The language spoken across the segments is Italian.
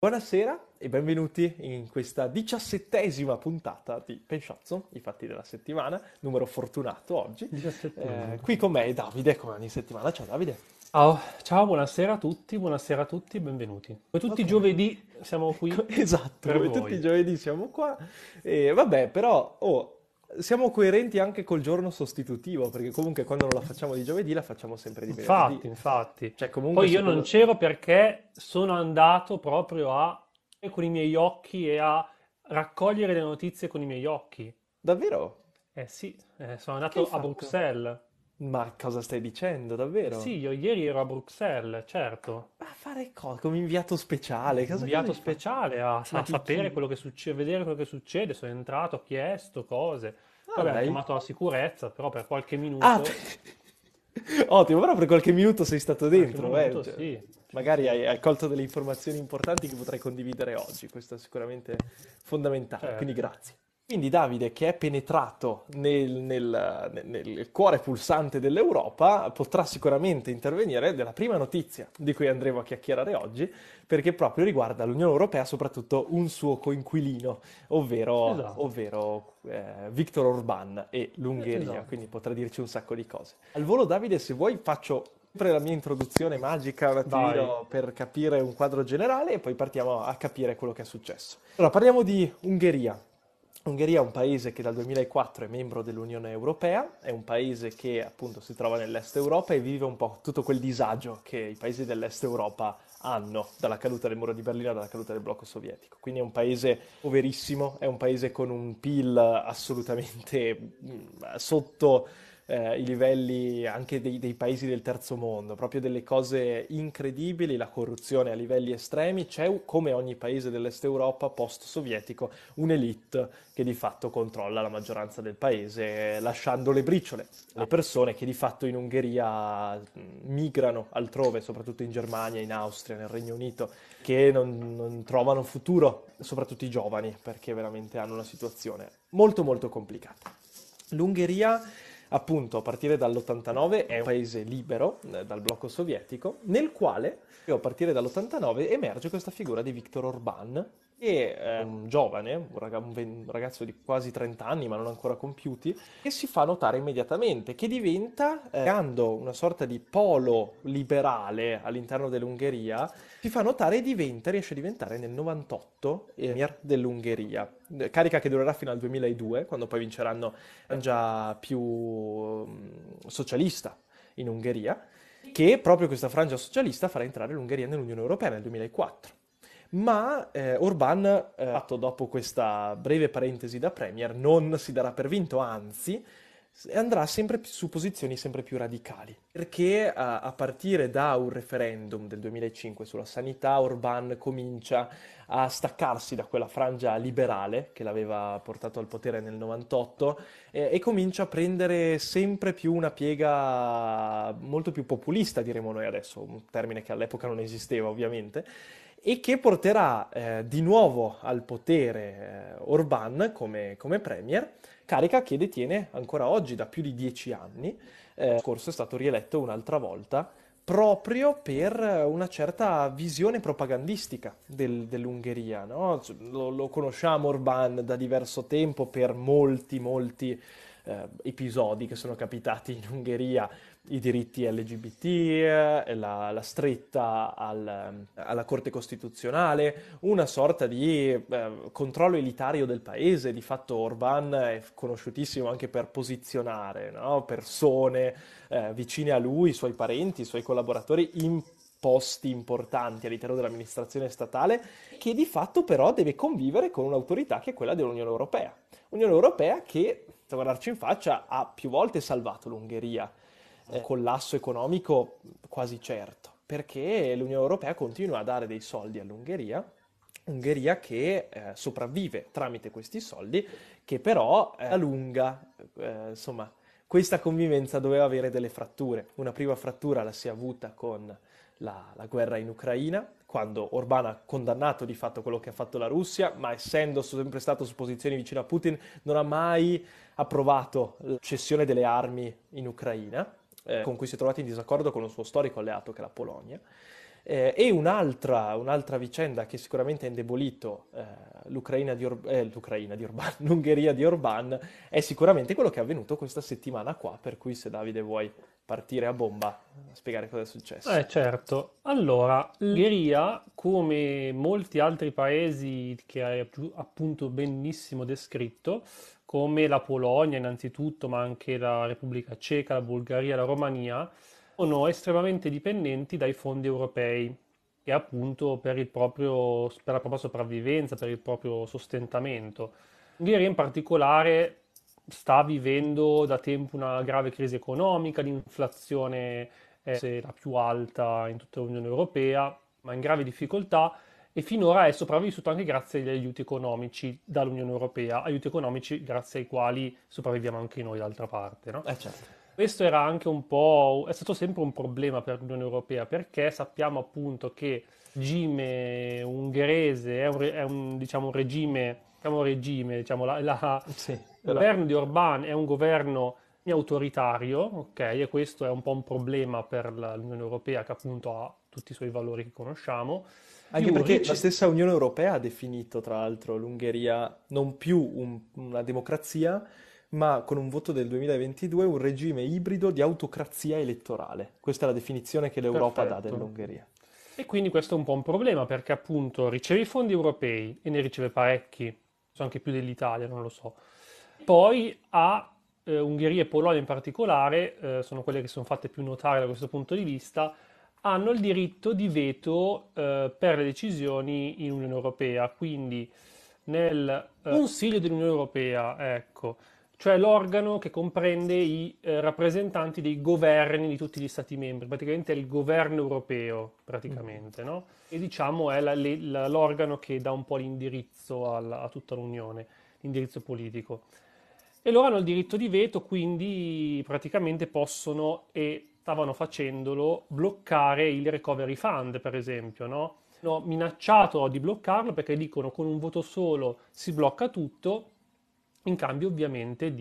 Buonasera e benvenuti in questa 17ª puntata di Penshazzo, i fatti della settimana, numero fortunato oggi. 17esimo. Qui con me è Davide, come ogni settimana. Ciao Davide. Ciao, buonasera a tutti, benvenuti. Come tutti i Ok. giovedì siamo qui Esatto, per come tutti i voi. giovedì siamo qua. E vabbè, però, siamo coerenti anche col giorno sostitutivo, perché comunque quando non la facciamo di giovedì la facciamo sempre di venerdì. Infatti. Cioè, comunque Poi su io non quello... c'ero perché sono andato proprio con i miei occhi e a raccogliere le notizie con i miei occhi. Davvero? Eh sì, sono Che hai andato a fatto? Bruxelles. Ma cosa stai dicendo, Eh sì, davvero? io ieri ero a Bruxelles, certo. A fare cosa? Come inviato speciale? Cosa Inviato hai fatto? speciale Ma a di sapere chi? quello che succede, vedere quello che succede. Sono entrato, ho chiesto cose. Poi Ah, abbiamo dai. chiamato la sicurezza, però per qualche Ah, minuto, ottimo, però per qualche minuto sei stato qualche dentro, minuto cioè, sì, sì, magari sì, hai colto delle informazioni importanti che potrai condividere oggi, questo è sicuramente fondamentale, quindi certo. grazie. Quindi Davide, che è penetrato nel cuore pulsante dell'Europa, potrà sicuramente intervenire della prima notizia di cui andremo a chiacchierare oggi, perché proprio riguarda l'Unione Europea, soprattutto un suo coinquilino, Esatto, Viktor Orbán e l'Ungheria, quindi esatto. potrà dirci un sacco di cose. Al volo, Davide, se vuoi faccio sempre la mia introduzione magica un Vai. attimino per capire un quadro generale e poi partiamo a capire quello che è successo. Allora, parliamo di Ungheria. Ungheria è un paese che dal 2004 è membro dell'Unione Europea, è un paese che appunto si trova nell'est Europa e vive un po' tutto quel disagio che i paesi dell'est Europa hanno dalla caduta del muro di Berlino, dalla caduta del blocco sovietico. Quindi è un paese poverissimo, è un paese con un PIL assolutamente sotto i livelli anche dei paesi del terzo mondo, proprio delle cose incredibili, la corruzione a livelli estremi, c'è come ogni paese dell'Est Europa post-sovietico un'elite che di fatto controlla la maggioranza del paese, lasciando le briciole alle persone che di fatto in Ungheria migrano altrove, soprattutto in Germania, in Austria, nel Regno Unito, che non trovano futuro, soprattutto i giovani, perché veramente hanno una situazione molto molto complicata. L'Ungheria, appunto, a partire dall'89 è un paese libero dal blocco sovietico, nel quale, a partire dall'89, emerge questa figura di Viktor Orbán, che è un giovane, un ragazzo di quasi 30 anni, ma non ancora compiuti, che si fa notare immediatamente, che diventa, creando una sorta di polo liberale all'interno dell'Ungheria, si fa notare e riesce a diventare nel 98 Premier dell'Ungheria. Carica che durerà fino al 2002, quando poi vinceranno la frangia più socialista in Ungheria, che proprio questa frangia socialista farà entrare l'Ungheria nell'Unione Europea nel 2004. Ma Orbán, fatto dopo questa breve parentesi da Premier, non si darà per vinto, anzi andrà sempre su posizioni sempre più radicali. Perché a partire da un referendum del 2005 sulla sanità, Orbán comincia a staccarsi da quella frangia liberale che l'aveva portato al potere nel 98 e comincia a prendere sempre più una piega molto più populista, diremo noi adesso, un termine che all'epoca non esisteva ovviamente, e che porterà di nuovo al potere Orbán come premier, carica che detiene ancora oggi da più di 10 anni. Scorso è stato rieletto un'altra volta proprio per una certa visione propagandistica dell'Ungheria, no? Lo conosciamo Orbán da diverso tempo per molti episodi che sono capitati in Ungheria, i diritti LGBT, la stretta alla Corte Costituzionale, una sorta di controllo elitario del paese. Di fatto Orbán è conosciutissimo anche per posizionare, no? Persone vicine a lui, i suoi parenti, i suoi collaboratori in posti importanti all'interno dell'amministrazione statale, che di fatto però deve convivere con un'autorità che è quella dell'Unione Europea. Unione Europea che, senza guardarci in faccia, ha più volte salvato l'Ungheria, collasso economico quasi certo, perché l'Unione Europea continua a dare dei soldi all'Ungheria, Ungheria che sopravvive tramite questi soldi, che però a lunga, insomma, questa convivenza doveva avere delle fratture. Una prima frattura la si è avuta con la guerra in Ucraina, quando Orbán ha condannato di fatto quello che ha fatto la Russia, ma essendo sempre stato su posizioni vicino a Putin, non ha mai approvato la cessione delle armi in Ucraina, con cui si è trovato in disaccordo con un suo storico alleato che è la Polonia. E un'altra vicenda che sicuramente ha indebolito l'Ucraina di Orban, l'Ungheria di Orban, è sicuramente quello che è avvenuto questa settimana qua, per cui se Davide vuoi partire a bomba a spiegare cosa è successo. Certo. Allora, l'Ungheria, come molti altri paesi che hai appunto benissimo descritto, come la Polonia innanzitutto, ma anche la Repubblica Ceca, la Bulgaria, la Romania, sono estremamente dipendenti dai fondi europei, che appunto per la propria sopravvivenza, per il proprio sostentamento. L'Ungheria in particolare sta vivendo da tempo una grave crisi economica, l'inflazione è la più alta in tutta l'Unione Europea, ma in grave difficoltà e finora è sopravvissuto anche grazie agli aiuti economici dall'Unione Europea, aiuti economici grazie ai quali sopravviviamo anche noi d'altra parte, no? Certo. Questo era anche un po', è stato sempre un problema per l'Unione Europea perché sappiamo appunto che il regime ungherese diciamo, un regime, diciamo, Sì, il governo di Orbán è un governo autoritario, ok? E questo è un po' un problema per l'Unione Europea che appunto ha tutti i suoi valori che conosciamo. anche Più perché la rice- stessa Unione Europea ha definito, tra l'altro, l'Ungheria non più una democrazia, ma con un voto del 2022 un regime ibrido di autocrazia elettorale. Questa è la definizione che l'Europa dà Perfetto. dell'Ungheria. E quindi questo è un po' un problema perché appunto riceve i fondi europei e ne riceve parecchi, so anche più dell'Italia, non lo so. Poi ha Ungheria e Polonia in particolare, sono quelle che sono fatte più notare da questo punto di vista, hanno il diritto di veto per le decisioni in Unione Europea, quindi nel Consiglio dell'Unione Europea, ecco, cioè l'organo che comprende i rappresentanti dei governi di tutti gli Stati membri, praticamente è il governo europeo, Mhm. praticamente, no? E diciamo è l'organo che dà un po' l'indirizzo a tutta l'Unione, l'indirizzo politico. E loro hanno il diritto di veto, quindi praticamente possono, e stavano facendolo, bloccare il Recovery Fund, per esempio, no? Hanno minacciato di bloccarlo perché dicono con un voto solo si blocca tutto, in cambio ovviamente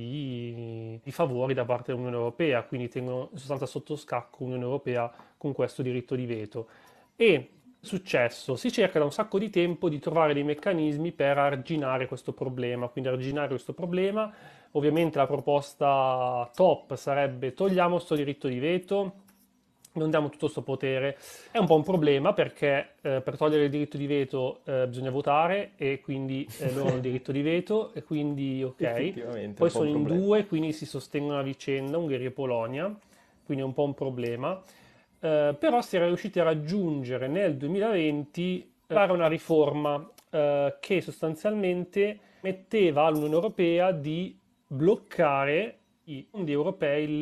di favori da parte dell'Unione Europea, quindi tengono in sostanza sotto scacco l'Unione Europea con questo diritto di veto. E successo, si cerca da un sacco di tempo di trovare dei meccanismi per arginare questo problema, quindi arginare questo problema. Ovviamente la proposta top sarebbe togliamo questo diritto di veto, non diamo tutto questo potere. È un po' un problema perché per togliere il diritto di veto bisogna votare e quindi loro hanno il diritto di veto e quindi ok. Effettivamente è Poi un po' un sono in problema. due, quindi si sostengono a vicenda, Ungheria e Polonia, quindi è un po' un problema. Però si era riusciti a raggiungere nel 2020 fare una riforma che sostanzialmente metteva all'Unione Europea di bloccare i fondi europei,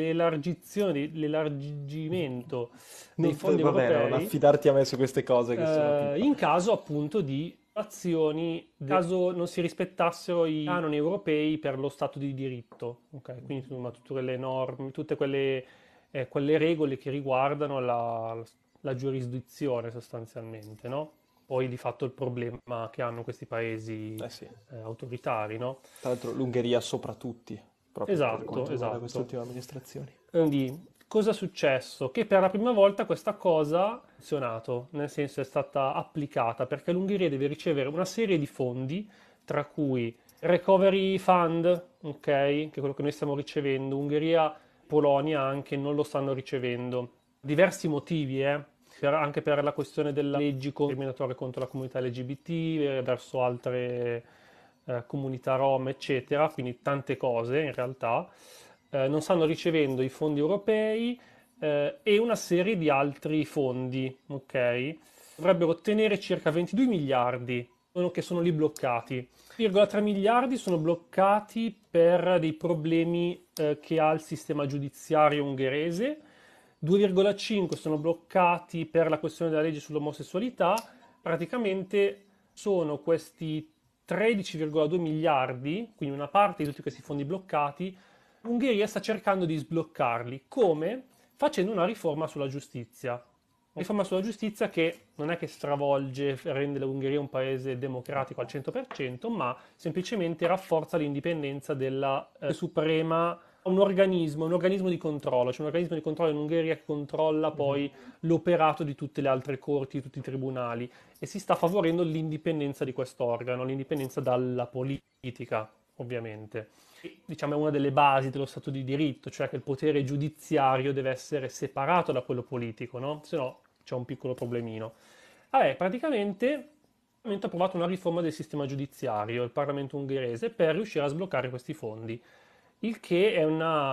l'elargimento dei fondi Va bene, non europei affidarti a me su queste cose che sono pipa. in caso appunto di azioni, in caso non si rispettassero i canoni europei per lo Stato di diritto. Ok? Quindi insomma tutte quelle norme, tutte quelle regole che riguardano la giurisdizione sostanzialmente, no? Poi di fatto il problema che hanno questi paesi Eh sì, autoritari, no? tra l'altro l'Ungheria sopra tutti, proprio per Esatto, quanto riguarda queste esatto. ultime amministrazioni. Quindi, cosa è successo? Che per la prima volta questa cosa ha funzionato, nel senso è stata applicata, perché l'Ungheria deve ricevere una serie di fondi, tra cui Recovery Fund, ok, che è quello che noi stiamo ricevendo, Ungheria, Polonia anche non lo stanno ricevendo. Diversi motivi, anche per la questione delle leggi discriminatorie contro la comunità LGBT, verso altre comunità rom, eccetera, quindi tante cose in realtà. Non stanno ricevendo i fondi europei e una serie di altri fondi, ok? Dovrebbero ottenere circa 22 miliardi che sono lì bloccati. 1,3 miliardi sono bloccati per dei problemi che ha il sistema giudiziario ungherese, 2,5 sono bloccati per la questione della legge sull'omosessualità. Praticamente sono questi 13,2 miliardi, quindi una parte di tutti questi fondi bloccati, l'Ungheria sta cercando di sbloccarli. Come? Facendo una riforma sulla giustizia. Una riforma sulla giustizia che non è che stravolge, rende l'Ungheria un paese democratico al 100%, ma semplicemente rafforza l'indipendenza della Suprema un organismo di controllo, c'è un organismo di controllo in Ungheria che controlla poi l'operato di tutte le altre corti, di tutti i tribunali e si sta favorendo l'indipendenza di quest'organo, l'indipendenza dalla politica, ovviamente. E, diciamo, è una delle basi dello Stato di diritto, cioè che il potere giudiziario deve essere separato da quello politico, no? Se no c'è un piccolo problemino. Vabbè, praticamente il Parlamento ha approvato una riforma del sistema giudiziario, il Parlamento ungherese, per riuscire a sbloccare questi fondi, il che è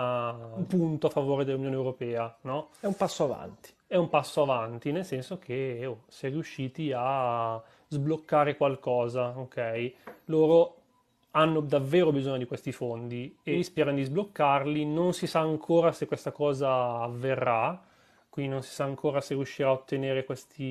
un punto a favore dell'Unione Europea, no? È un passo avanti. È un passo avanti, nel senso che si è riusciti a sbloccare qualcosa, ok? Loro hanno davvero bisogno di questi fondi e sperano di sbloccarli, non si sa ancora se questa cosa avverrà, quindi non si sa ancora se riuscirà a ottenere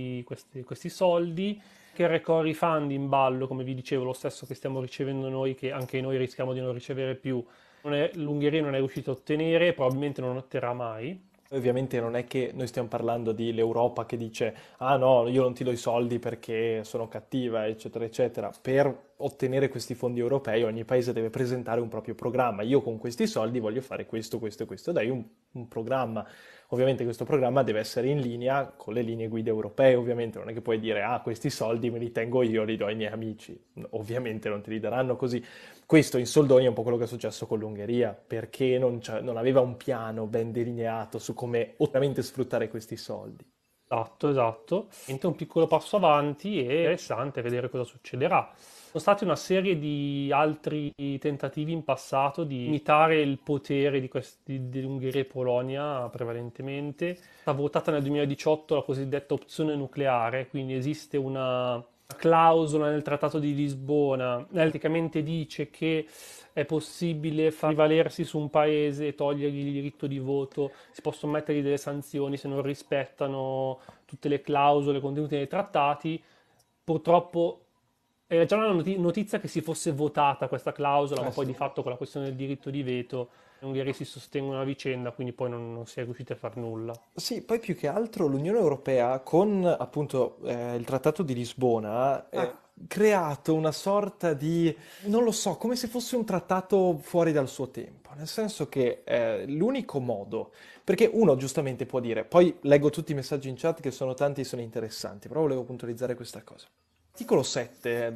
questi soldi, che il recovery fund in ballo, come vi dicevo, lo stesso che stiamo ricevendo noi, che anche noi rischiamo di non ricevere più, l'Ungheria non è riuscita a ottenere, probabilmente non otterrà mai. Ovviamente non è che noi stiamo parlando di l'Europa che dice ah no, io non ti do i soldi perché sono cattiva, eccetera, eccetera. Per ottenere questi fondi europei ogni paese deve presentare un proprio programma. Io con questi soldi voglio fare questo, questo e questo. Dai un programma. Ovviamente questo programma deve essere in linea con le linee guida europee, ovviamente non è che puoi dire ah questi soldi me li tengo io, li do ai miei amici. Ovviamente non te li daranno così. Questo in soldoni è un po' quello che è successo con l'Ungheria, perché non aveva un piano ben delineato su come ottimamente sfruttare questi soldi. Esatto, esatto. È un piccolo passo avanti e è interessante vedere cosa succederà. Sono stati una serie di altri tentativi in passato di imitare il potere dell'Ungheria e Polonia prevalentemente. È stata votata nel 2018 la cosiddetta opzione nucleare, quindi esiste una clausola nel Trattato di Lisbona, praticamente dice che è possibile far rivalersi su un paese e togliergli il diritto di voto, si possono mettergli delle sanzioni se non rispettano tutte le clausole contenute nei trattati. Purtroppo era già una notizia che si fosse votata questa clausola, ma poi Sì. di fatto con la questione del diritto di veto gli ungheresi si sostengono a vicenda, quindi poi non si è riusciti a far nulla. Sì, poi più che altro l'Unione Europea con appunto il Trattato di Lisbona ha creato una sorta di, non lo so, come se fosse un trattato fuori dal suo tempo, nel senso che l'unico modo, perché uno giustamente può dire, poi leggo tutti i messaggi in chat che sono tanti e sono interessanti, però volevo puntualizzare questa cosa. L'articolo 7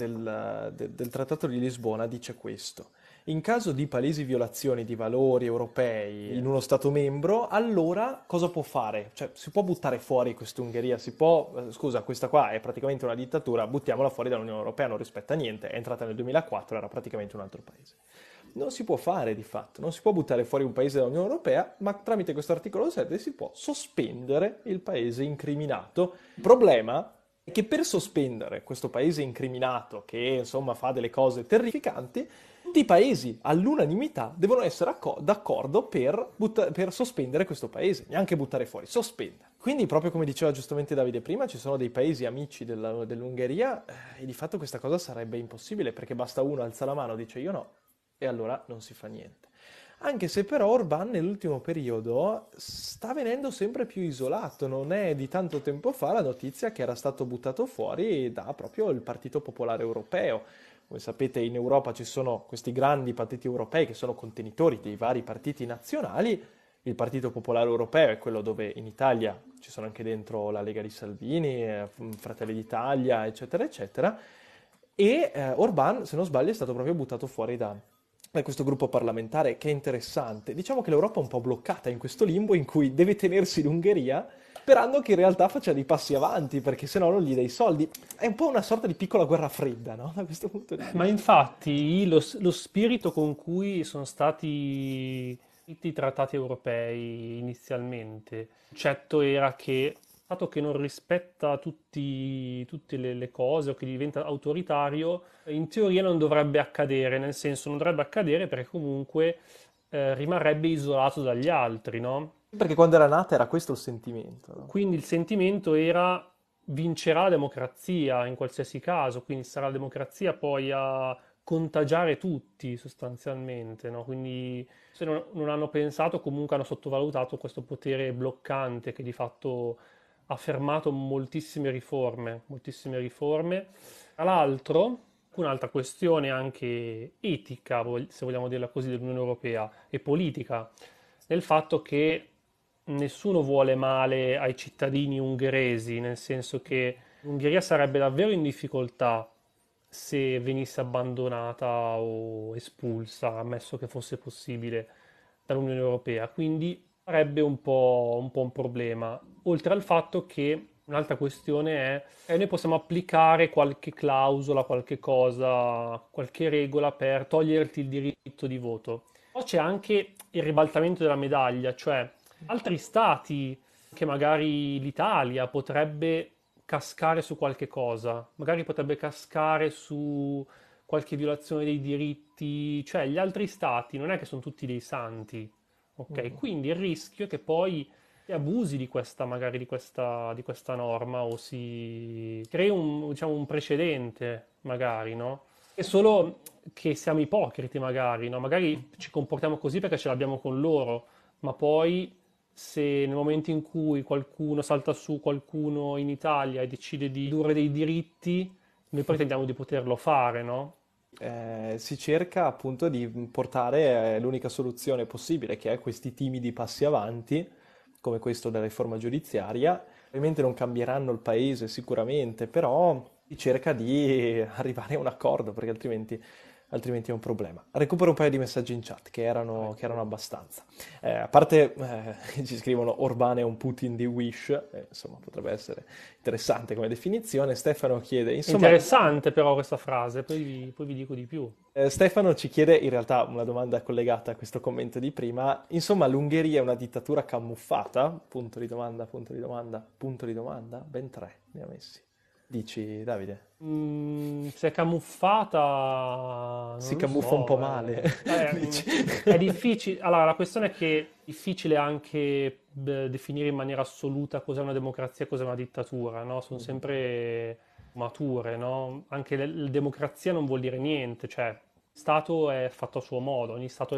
del Trattato di Lisbona dice questo. In caso di palesi violazioni di valori europei in uno Stato membro, allora cosa può fare? Cioè, si può buttare fuori quest'Ungheria, si può, scusa, questa qua è praticamente una dittatura, buttiamola fuori dall'Unione Europea, non rispetta niente, è entrata nel 2004, era praticamente un altro paese. Non si può fare di fatto, non si può buttare fuori un paese dall'Unione Europea, ma tramite questo articolo 7 si può sospendere il paese incriminato. Il problema è che per sospendere questo paese incriminato, che insomma fa delle cose terrificanti, tutti i paesi all'unanimità devono essere d'accordo per sospendere questo paese, neanche buttare fuori, sospendere. Quindi, proprio come diceva giustamente Davide prima, ci sono dei paesi amici dell'Ungheria e di fatto questa cosa sarebbe impossibile perché basta uno alza la mano, dice io no, e allora non si fa niente. Anche se però Orbán nell'ultimo periodo sta venendo sempre più isolato, non è di tanto tempo fa la notizia che era stato buttato fuori da proprio il Partito Popolare Europeo. Come sapete in Europa ci sono questi grandi partiti europei che sono contenitori dei vari partiti nazionali. Il Partito Popolare Europeo è quello dove in Italia ci sono anche dentro la Lega di Salvini, Fratelli d'Italia, eccetera, eccetera. E Orbán, se non sbaglio, è stato proprio buttato fuori da questo gruppo parlamentare, che è interessante. Diciamo che l'Europa è un po' bloccata in questo limbo in cui deve tenersi l'Ungheria, sperando che in realtà faccia dei passi avanti, perché se no non gli dai soldi. È un po' una sorta di piccola guerra fredda, no? Da questo punto di Ma vista. infatti lo spirito con cui sono stati scritti i trattati europei inizialmente, il concetto era che dato che non rispetta tutte le cose o che diventa autoritario, in teoria non dovrebbe accadere, nel senso non dovrebbe accadere perché comunque rimarrebbe isolato dagli altri, no? Perché quando era nata era questo il sentimento, no? Quindi il sentimento era vincerà la democrazia in qualsiasi caso, quindi sarà la democrazia poi a contagiare tutti sostanzialmente, no? Quindi se non hanno pensato, comunque hanno sottovalutato questo potere bloccante che di fatto ha fermato moltissime riforme, moltissime riforme. Tra l'altro, un'altra questione anche etica, se vogliamo dirla così, dell'Unione Europea e politica, nel fatto che nessuno vuole male ai cittadini ungheresi, nel senso che l'Ungheria sarebbe davvero in difficoltà se venisse abbandonata o espulsa, ammesso che fosse possibile, dall'Unione Europea. Quindi sarebbe un po' un problema. Oltre al fatto che un'altra questione è noi possiamo applicare qualche clausola, qualche cosa, qualche regola per toglierti il diritto di voto. Poi c'è anche il ribaltamento della medaglia, cioè altri stati, che magari l'Italia potrebbe cascare su qualche cosa, magari potrebbe cascare su qualche violazione dei diritti, cioè gli altri stati non è che sono tutti dei santi, ok? Mm. Quindi il rischio è che poi si abusi di questa, magari di questa norma o si crei un, diciamo, un precedente, magari, no? È solo che siamo ipocriti, magari, no? Magari ci comportiamo così perché ce l'abbiamo con loro, ma poi se nel momento in cui qualcuno salta su qualcuno in Italia e decide di ridurre dei diritti, noi pretendiamo di poterlo fare, no? Si cerca appunto di portare l'unica soluzione possibile, che è questi timidi passi avanti, come questo della riforma giudiziaria. Ovviamente non cambieranno il paese sicuramente, però si cerca di arrivare a un accordo, perché altrimenti è un problema. Recupero un paio di messaggi in chat che erano abbastanza. A parte ci scrivono Orbán è un Putin di Wish, insomma potrebbe essere interessante come definizione. Stefano chiede, insomma, Interessante però questa frase, poi vi dico di più. Stefano ci chiede in realtà una domanda collegata a questo commento di prima. Insomma, l'Ungheria è una dittatura camuffata? Punto di domanda, punto di domanda, punto di domanda. Ben tre ne ha messi. Dici, Davide? Se è camuffata, Si non lo camuffa un so. po' male, dici? È difficile. Allora, la questione è che è difficile anche definire in maniera assoluta cos'è una democrazia e cos'è una dittatura, no? Sono Mhm. sempre mature, no? Anche la democrazia non vuol dire niente, cioè, Stato è fatto a suo modo, ogni Stato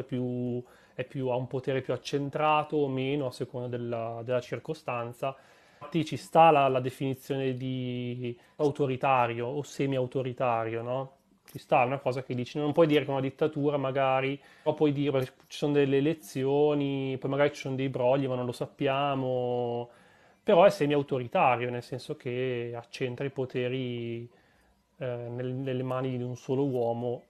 ha un potere più accentrato o meno a seconda della circostanza. Infatti ci sta la definizione di autoritario o semi-autoritario, no? Ci sta, è una cosa che dici, non puoi dire che è una dittatura magari, però puoi dire, perché ci sono delle elezioni, poi magari ci sono dei brogli, ma non lo sappiamo, però è semi-autoritario, nel senso che accentra i poteri nelle mani di un solo uomo.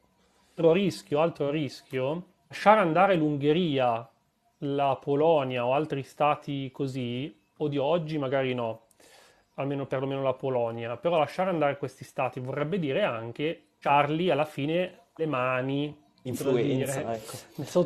Altro rischio, lasciare andare l'Ungheria, la Polonia o altri stati così, o di oggi magari no, almeno perlomeno la Polonia, però lasciare andare questi stati vorrebbe dire anche lasciarli alla fine le mani, potrei dire, Influenza, ecco,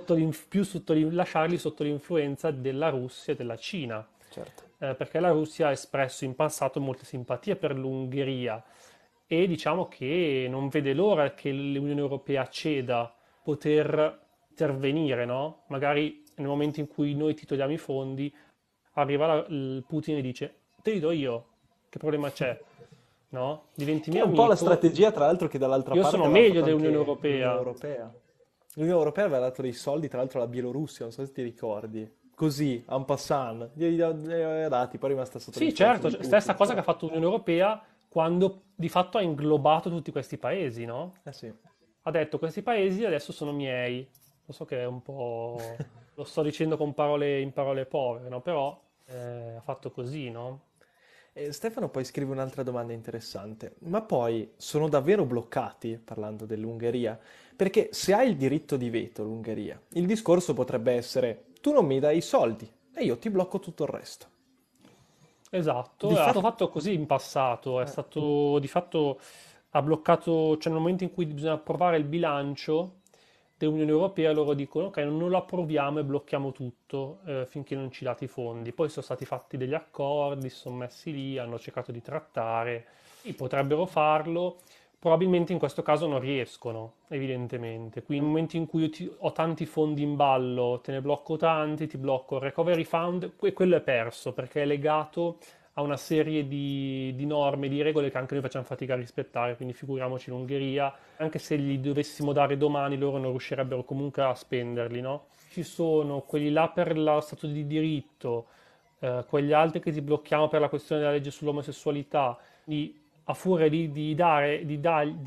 lasciarli sotto l'influenza della Russia e della Cina, certo. perché la Russia ha espresso in passato molte simpatie per l'Ungheria e diciamo che non vede l'ora che l'Unione Europea ceda poter intervenire, no? Magari nel momento in cui noi ti togliamo i fondi, arriva il Putin e dice, te li do io, che problema c'è? No? Diventi Che è mio un po' la amico, strategia, tra l'altro, che dall'altra io parte sono aveva meglio fatto dell'Unione anche l'Unione Europea. Europea. L'Unione Europea aveva dato dei soldi, tra l'altro, alla Bielorussia, non so se ti ricordi. Così, en passant, glieli aveva dati, poi è rimasta sotto Sì, l'influenza certo, di stessa Putin, cosa che però. ha fatto l'Unione Europea quando di fatto ha inglobato tutti questi paesi, no? Eh sì. Ha detto questi paesi adesso sono miei. Lo so che è un po'... lo sto dicendo con parole in parole povere, no? Però ha fatto così, no? E Stefano poi scrive un'altra domanda interessante. Ma poi sono davvero bloccati, parlando dell'Ungheria? Perché se ha il diritto di veto l'Ungheria, il discorso potrebbe essere: tu non mi dai i soldi e io ti blocco tutto il resto. Esatto, Di è stato fatto... fatto così in passato, è stato di fatto ha bloccato, cioè nel momento in cui bisogna approvare il bilancio dell'Unione Europea, loro dicono ok, non lo approviamo e blocchiamo tutto finché non ci date i fondi. Poi sono stati fatti degli accordi, si sono messi lì, hanno cercato di trattare, sì, potrebbero farlo, probabilmente in questo caso non riescono, evidentemente. Quindi nel momento in cui ho tanti fondi in ballo, te ne blocco tanti, ti blocco il recovery fund, e quello è perso perché è legato a una serie di norme, di regole che anche noi facciamo fatica a rispettare, quindi figuriamoci l'Ungheria, anche se gli dovessimo dare domani, loro non riuscirebbero comunque a spenderli, no? Ci sono quelli là per lo Stato di diritto, quegli altri che ti blocchiamo per la questione della legge sull'omosessualità, a furia di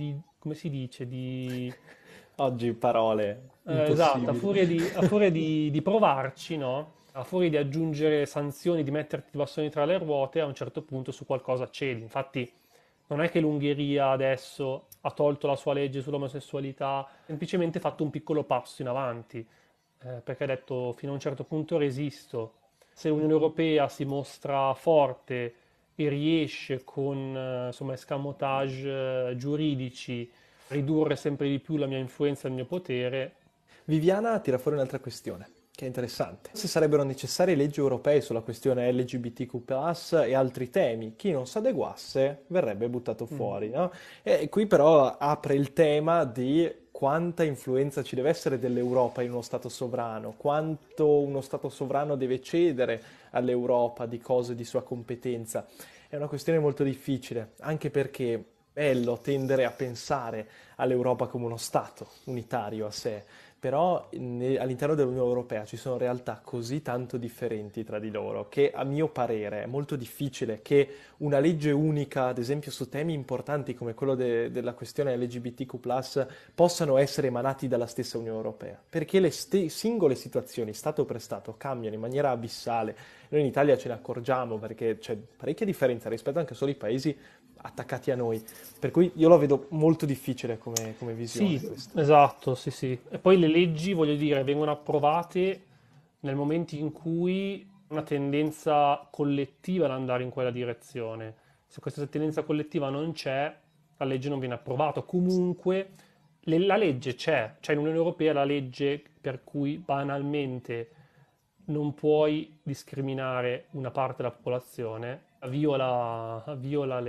come si dice, di... Oggi parole Esatto, impossibili. a furia di provarci, no? A furia di aggiungere sanzioni, di metterti i bastoni tra le ruote, a un certo punto su qualcosa cedi. Infatti, non è che l'Ungheria adesso ha tolto la sua legge sull'omosessualità, ha semplicemente fatto un piccolo passo in avanti, perché ha detto fino a un certo punto resisto. Se l'Unione Europea si mostra forte e riesce con insomma, escamotage giuridici ridurre sempre di più la mia influenza e il mio potere. Viviana tira fuori un'altra questione, che è interessante. Se sarebbero necessarie leggi europee sulla questione LGBTQ+, e altri temi, chi non si adeguasse verrebbe buttato Mm. fuori, no? E qui però apre il tema di quanta influenza ci deve essere dell'Europa in uno Stato sovrano, quanto uno Stato sovrano deve cedere all'Europa di cose di sua competenza. È una questione molto difficile, anche perché è bello tendere a pensare all'Europa come uno Stato unitario a sé, però all'interno dell'Unione Europea ci sono realtà così tanto differenti tra di loro che a mio parere è molto difficile che una legge unica, ad esempio su temi importanti come quello della questione LGBTQ+, possano essere emanati dalla stessa Unione Europea, perché le singole situazioni, Stato per Stato, cambiano in maniera abissale. Noi in Italia ce ne accorgiamo perché c'è parecchia differenza rispetto anche solo ai paesi attaccati a noi. Per cui io lo vedo molto difficile come visione Sì, questa. esatto, sì, sì. E poi le leggi, voglio dire, vengono approvate nel momento in cui una tendenza collettiva ad andare in quella direzione. Se questa tendenza collettiva non c'è, la legge non viene approvata. Comunque, la legge c'è in Unione Europea la legge per cui banalmente non puoi discriminare una parte della popolazione, viola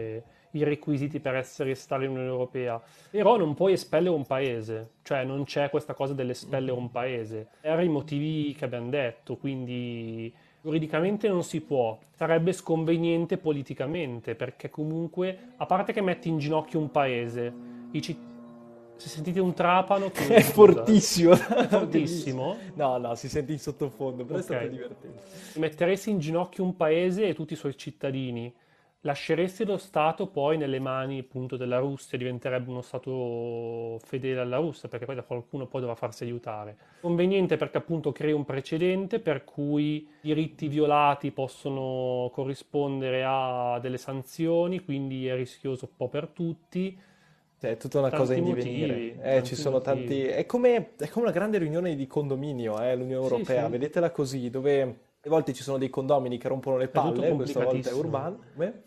i requisiti per essere stare in Unione Europea, però non puoi espellere un paese, cioè non c'è questa cosa dell'espellere un paese, per i motivi che abbiamo detto, quindi giuridicamente non si può, sarebbe sconveniente politicamente, perché comunque, a parte che metti in ginocchio un paese, i cittadini... Se sentite un trapano, chiedo È scusa. fortissimo, È bellissimo. fortissimo? No, no, si sente in sottofondo, però è stato Ok. divertente. Metteresti in ginocchio un paese e tutti i suoi cittadini. Lasceresti lo Stato poi nelle mani appunto della Russia, diventerebbe uno Stato fedele alla Russia, perché poi da qualcuno poi dovrà farsi aiutare. Conveniente perché appunto crea un precedente per cui i diritti violati possono corrispondere a delle sanzioni, quindi è rischioso un po' per tutti. Cioè, è tutta una cosa in divenire. Ci Tanti sono motivi. tanti... È come una grande riunione di condominio, l'Unione Sì, Europea. sì, Vedetela così, dove a volte ci sono dei condomini che rompono le è tutto palle, questa volta è complicatissimo. Urban. Come?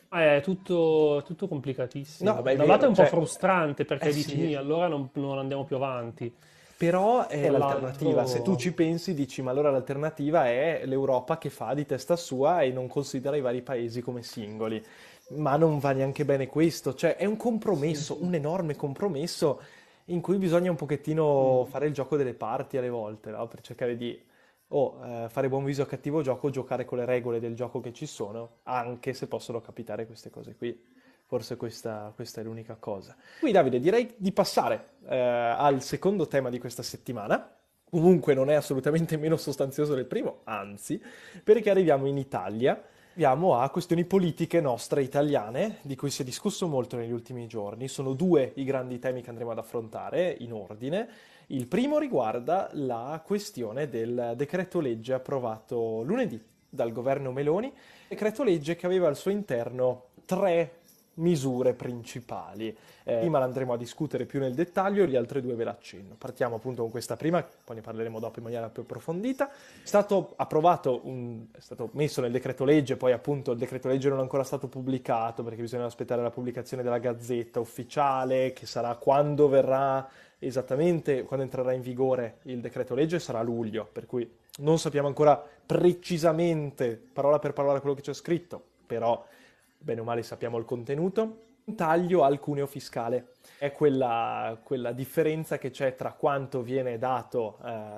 È tutto No, complicatissimo. ma è Da un lato è vero, un po' cioè... frustrante Eh perché dici, sì, allora non andiamo più avanti. però è l'alternativa. Se tu Dall'altro, ci pensi, dici, ma allora l'alternativa è l'Europa che fa di testa sua e non considera i vari paesi come singoli. Ma non va neanche bene questo, cioè è un sì. compromesso, un enorme compromesso in cui bisogna un pochettino Mm. fare il gioco delle parti alle volte, no? Per cercare di fare buon viso a cattivo gioco, giocare con le regole del gioco che ci sono, anche se possono capitare queste cose qui. Forse questa è l'unica cosa. Qui Davide, direi di passare al secondo tema di questa settimana. Comunque non è assolutamente meno sostanzioso del primo, anzi, perché arriviamo in Italia, arriviamo a questioni politiche nostre italiane, di cui si è discusso molto negli ultimi giorni. Sono due i grandi temi che andremo ad affrontare in ordine. Il primo riguarda la questione del decreto legge approvato lunedì dal governo Meloni, decreto legge che aveva al suo interno tre misure principali. Prima l'andremo a discutere più nel dettaglio, gli altri due ve l'accenno. Partiamo appunto con questa prima, poi ne parleremo dopo in maniera più approfondita. È stato approvato, è stato messo nel decreto legge, poi appunto il decreto legge non è ancora stato pubblicato perché bisogna aspettare la pubblicazione della Gazzetta Ufficiale, che sarà quando verrà esattamente, quando entrerà in vigore il decreto legge sarà a luglio, per cui non sappiamo ancora precisamente, parola per parola, quello che c'è scritto, però bene o male sappiamo il contenuto. Un taglio al cuneo fiscale è quella differenza che c'è tra quanto viene dato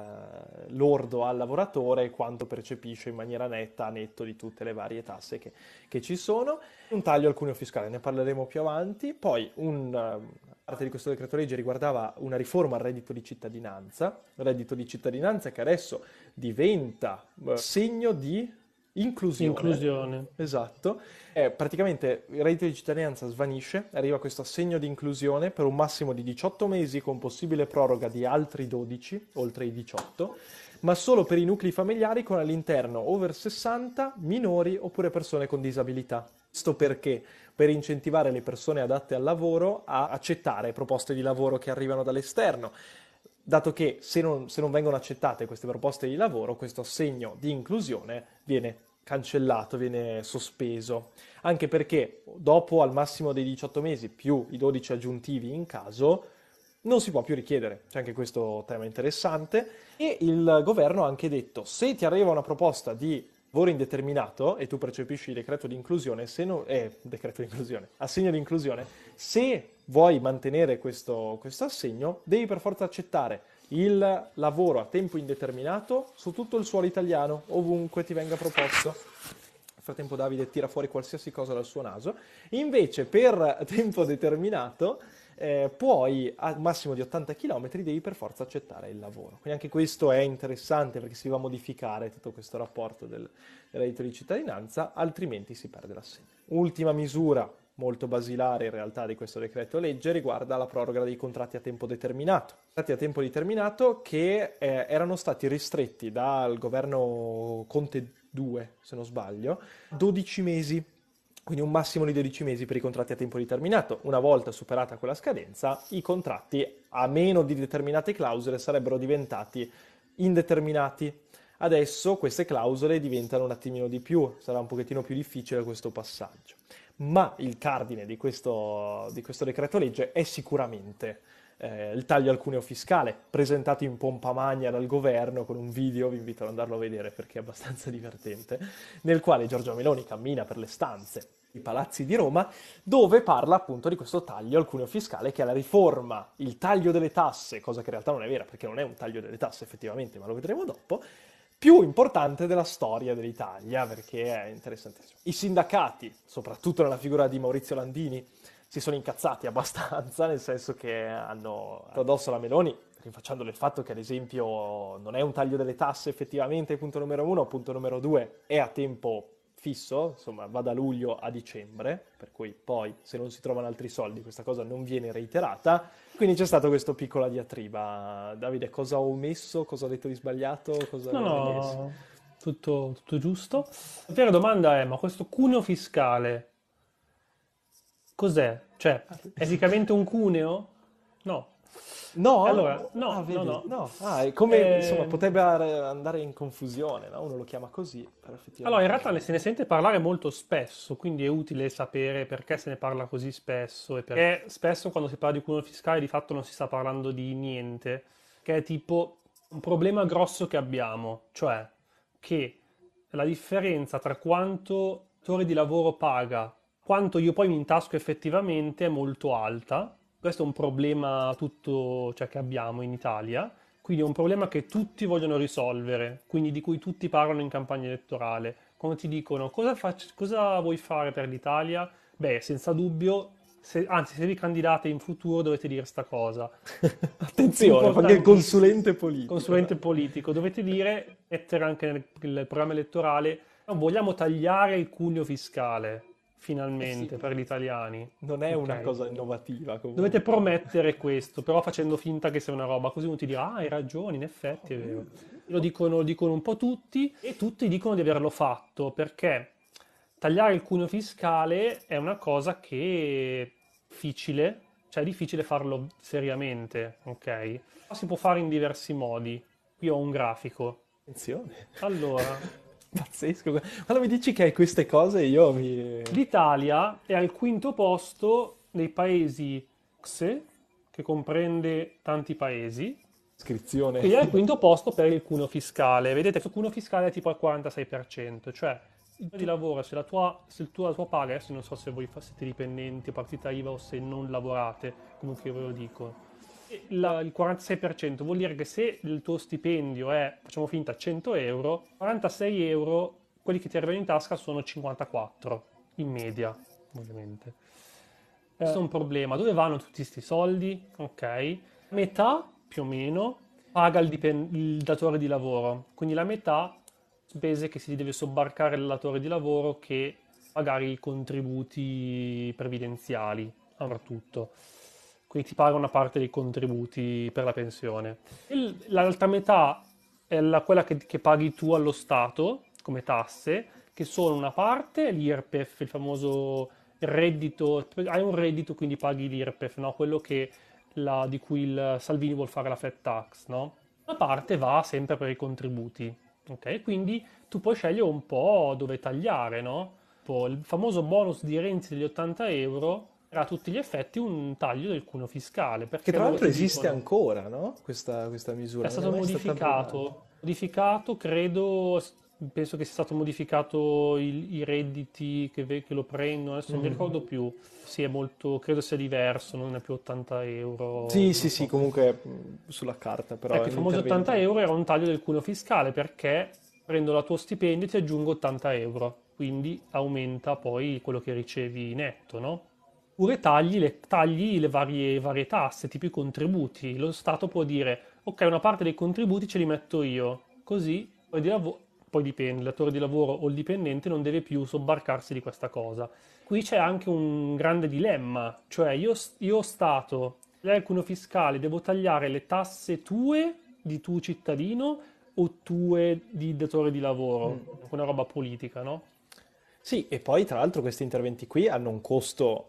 lordo al lavoratore e quanto percepisce in maniera netta a netto di tutte le varie tasse che ci sono. Un taglio al cuneo fiscale, ne parleremo più avanti. Poi parte di questo decreto legge riguardava una riforma al reddito di cittadinanza che adesso diventa segno di Inclusione. Esatto. Praticamente il reddito di cittadinanza svanisce, arriva questo assegno di inclusione per un massimo di 18 mesi con possibile proroga di altri 12, oltre i 18, ma solo per i nuclei familiari con all'interno over 60, minori oppure persone con disabilità. Questo perché? Per incentivare le persone adatte al lavoro a accettare proposte di lavoro che arrivano dall'esterno, dato che se non vengono accettate queste proposte di lavoro, questo assegno di inclusione viene cancellato, viene sospeso, anche perché dopo al massimo dei 18 mesi più i 12 aggiuntivi in caso, non si può più richiedere. C'è anche questo tema interessante. E il governo ha anche detto, se ti arriva una proposta di lavoro indeterminato e tu percepisci il decreto di inclusione, decreto di inclusione, assegno di inclusione, se vuoi mantenere questo assegno, devi per forza accettare il lavoro a tempo indeterminato su tutto il suolo italiano, ovunque ti venga proposto. Nel frattempo Davide tira fuori qualsiasi cosa dal suo naso. Invece per tempo determinato puoi al massimo di 80 km devi per forza accettare il lavoro. Quindi anche questo è interessante perché si va a modificare tutto questo rapporto del reddito di cittadinanza, altrimenti si perde l'assegno. Ultima misura molto basilare in realtà di questo decreto legge riguarda la proroga dei contratti a tempo determinato. Contratti a tempo determinato che erano stati ristretti dal governo Conte 2, se non sbaglio, 12 mesi. Quindi un massimo di 12 mesi per i contratti a tempo determinato. Una volta superata quella scadenza, i contratti a meno di determinate clausole sarebbero diventati indeterminati. Adesso queste clausole diventano un attimino di più, sarà un pochettino più difficile questo passaggio. Ma il cardine di questo decreto legge è sicuramente il taglio al cuneo fiscale, presentato in pompa magna dal governo con un video, vi invito ad andarlo a vedere perché è abbastanza divertente, nel quale Giorgia Meloni cammina per le stanze, i palazzi di Roma, dove parla appunto di questo taglio al cuneo fiscale che è la riforma, il taglio delle tasse, cosa che in realtà non è vera perché non è un taglio delle tasse effettivamente, ma lo vedremo dopo, più importante della storia dell'Italia, perché è interessantissimo. I sindacati, soprattutto nella figura di Maurizio Landini, si sono incazzati abbastanza, nel senso che hanno addosso la Meloni, rinfacciandole il fatto che ad esempio non è un taglio delle tasse effettivamente, punto numero uno, punto numero due, è a tempo fisso, insomma va da luglio a dicembre, per cui poi se non si trovano altri soldi questa cosa non viene reiterata, quindi c'è stato questo piccola diatriba. Davide, cosa ho omesso? Cosa ho detto di sbagliato? Cosa No, hai messo? no, tutto giusto. La vera domanda è, ma questo cuneo fiscale cos'è? Cioè, è fisicamente un cuneo? No. E No? allora, Ah, no, no, vedi? no. No. Ah, è come, insomma, Eh, potrebbe andare in confusione, no? Uno lo chiama così, però allora, in effettivamente realtà non... se ne sente parlare molto spesso, quindi è utile sapere perché se ne parla così spesso e perché spesso quando si parla di cuneo fiscale di fatto non si sta parlando di niente, che è tipo un problema grosso che abbiamo, cioè che la differenza tra quanto il datore di lavoro paga, quanto io poi mi intasco effettivamente è molto alta. Questo è un problema tutto, cioè, che abbiamo in Italia. Quindi è un problema che tutti vogliono risolvere, quindi di cui tutti parlano in campagna elettorale. Quando ti dicono cosa vuoi fare per l'Italia? Beh, senza dubbio, anzi, se vi candidate in futuro dovete dire sta cosa. Attenzione, fa anche il Importantissimo. consulente politico, Consulente dai. politico, dovete dire, mettere anche nel programma elettorale, "No, vogliamo tagliare il cuneo fiscale, Eh sì, finalmente, per gli italiani. non è una Ok. cosa innovativa Dovete comunque. promettere questo, però facendo finta che sia una roba, così uno ti dirà, ah, hai ragione, in effetti è vero. Lo dicono un po' tutti e tutti dicono di averlo fatto, perché tagliare il cuneo fiscale è una cosa che è difficile, cioè è difficile farlo seriamente, ok? Si può fare in diversi modi. Qui ho un grafico. Attenzione. Allora, Pazzesco. Quando mi dici che hai queste cose io mi... l'Italia è al quinto posto dei paesi OCSE, che comprende tanti paesi, Iscrizione. quindi è al quinto posto per il cuneo fiscale. Vedete, questo cuneo fiscale è tipo al 46%, cioè il di lavoro, se la tua paga, adesso non so se voi siete dipendenti o partita IVA o se non lavorate, comunque io ve lo dico. Il 46% vuol dire che se il tuo stipendio è, facciamo finta, 100 euro, 46 euro, quelli che ti arrivano in tasca sono 54, in media, ovviamente. Questo è un problema. Dove vanno tutti questi soldi? Ok. Metà, più o meno, paga il datore di lavoro. Quindi la metà spese che si deve sobbarcare il datore di lavoro che magari i contributi previdenziali, soprattutto. Quindi ti paga una parte dei contributi per la pensione. L'altra metà è quella che paghi tu allo Stato come tasse, che sono una parte l'IRPEF, il famoso reddito, hai un reddito quindi paghi l'IRPEF, no? Quello di cui il Salvini vuol fare la flat tax, no? Una parte va sempre per i contributi, ok? Quindi tu puoi scegliere un po' dove tagliare, no? Il famoso bonus di Renzi degli 80 euro era a tutti gli effetti un taglio del cuneo fiscale, Che perché tra loro l'altro ti esiste dicono ancora, no? Questa è misura non è stato mai stata abrogata. modificato, credo, penso che sia stato modificato i redditi che lo prendono, adesso non mi Mhm. ricordo più, sì è molto, credo sia diverso, non è più 80 Sì, euro, sì, non sì, so. comunque sulla carta, però Ecco, è i un famosi 80 intervento. euro era un taglio del cuneo fiscale perché prendo la tuo stipendio e ti aggiungo 80 euro, quindi aumenta poi quello che ricevi netto, no? Oppure tagli le varie tasse, tipo i contributi. Lo Stato può dire, ok, una parte dei contributi ce li metto io, così poi dipende, il datore di lavoro o il dipendente non deve più sobbarcarsi di questa cosa. Qui c'è anche un grande dilemma, cioè io Stato, lei il cuneo fiscale, devo tagliare le tasse tue di tu cittadino o tue di datore di lavoro? Mm. Una roba politica, no? Sì, e poi tra l'altro questi interventi qui hanno un costo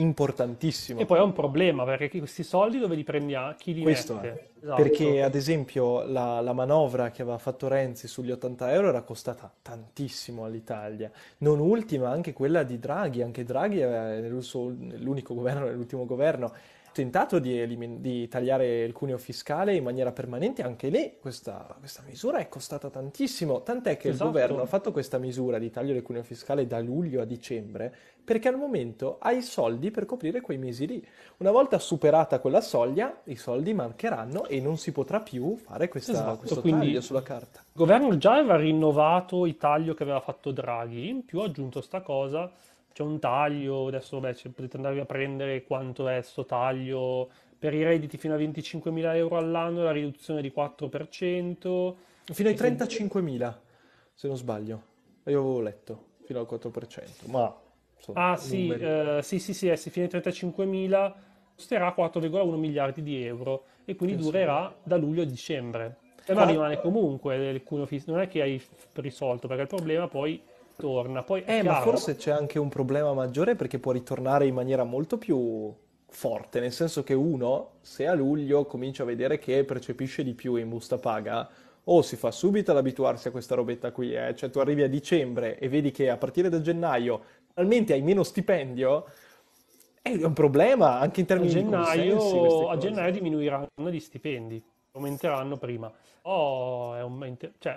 E importantissimo. poi è un problema perché questi soldi dove li prendi a chi li Questo è. mette? Esatto. Perché ad esempio la manovra che aveva fatto Renzi sugli 80 euro era costata tantissimo all'Italia. Non ultima anche quella di Draghi. Anche Draghi nell'unico governo, nell'ultimo governo, ha tentato di tagliare il cuneo fiscale in maniera permanente. Anche lì questa misura è costata tantissimo. Tant'è che il governo ha Esatto. fatto questa misura di taglio del cuneo fiscale da luglio a dicembre perché al momento ha i soldi per coprire quei mesi lì. Una volta superata quella soglia, i soldi mancheranno e non si potrà più fare Esatto, questo quindi taglio il sulla carta. governo già aveva rinnovato il taglio che aveva fatto Draghi, in più ha aggiunto sta cosa, c'è un taglio, adesso vabbè, potete andare a prendere quanto è sto taglio per i redditi fino a 25.000 euro all'anno, la riduzione di 4%, Fino ai e se 35.000, se non sbaglio. Io avevo letto, fino al 4%, ma insomma, Ah sì, numeri. sì, fino ai 35.000 costerà 4,1 miliardi di euro e quindi Penso bene. durerà da luglio a dicembre. Ma Qua, rimane comunque il cuneo fiscale, non è che hai risolto perché il problema poi torna. Poi è ma chiaro, forse c'è anche un problema maggiore perché può ritornare in maniera molto più forte, nel senso che uno, se a luglio comincia a vedere che percepisce di più in busta paga, o si fa subito ad abituarsi a questa robetta qui, cioè tu arrivi a dicembre e vedi che a partire da gennaio finalmente hai meno stipendio, è un problema anche in termini di consensi queste a cose. gennaio diminuiranno gli stipendi, aumenteranno prima. Oh, cioè,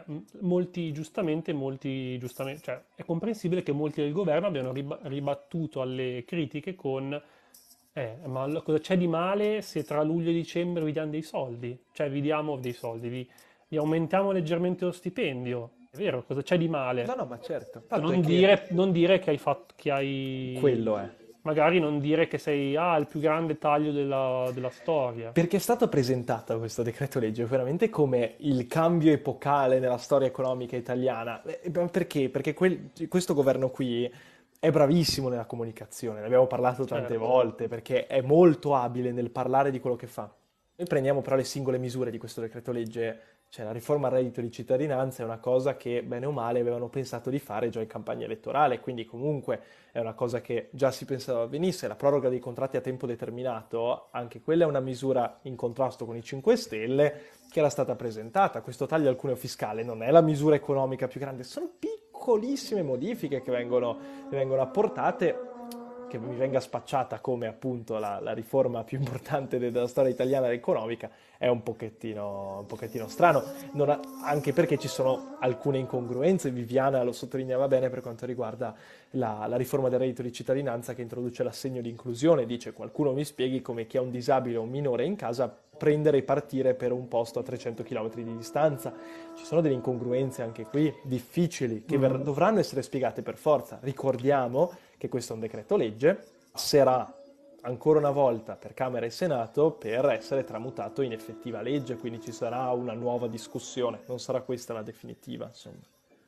molti giustamente, cioè, è comprensibile che molti del governo abbiano ribattuto alle critiche con ma cosa c'è di male se tra luglio e dicembre vi diamo dei soldi? Cioè, vi diamo dei soldi, vi aumentiamo leggermente lo stipendio. È vero, cosa c'è di No, male? no, ma certo. Il fatto è Non che dire, non dire che hai fatto, che hai, quello è. magari non dire che sei, il più grande taglio della storia. Perché è stato presentato questo decreto legge veramente come il cambio epocale nella storia economica italiana. Ma perché? Perché questo governo qui è bravissimo nella comunicazione, ne abbiamo parlato tante Certo. volte, perché è molto abile nel parlare di quello che fa. Noi prendiamo però le singole misure di questo decreto legge, cioè la riforma al reddito di cittadinanza è una cosa che bene o male avevano pensato di fare già in campagna elettorale, quindi comunque è una cosa che già si pensava avvenisse. La proroga dei contratti a tempo determinato, anche quella è una misura in contrasto con i 5 Stelle che era stata presentata. Questo taglio al cuneo fiscale non è la misura economica più grande, sono piccolissime modifiche che vengono apportate, che mi venga spacciata come appunto la riforma più importante della storia italiana economica, è un pochettino strano, anche perché ci sono alcune incongruenze. Viviana lo sottolineava bene per quanto riguarda la riforma del reddito di cittadinanza che introduce l'assegno di inclusione. Dice: qualcuno mi spieghi come chi ha un disabile o un minore in casa prendere e partire per un posto a 300 km di distanza. Ci sono delle incongruenze anche qui difficili che Mm. dovranno essere spiegate per forza. Ricordiamo che questo è un decreto legge, passerà ancora una volta per Camera e Senato per essere tramutato in effettiva legge, quindi ci sarà una nuova discussione, non sarà questa la definitiva, insomma.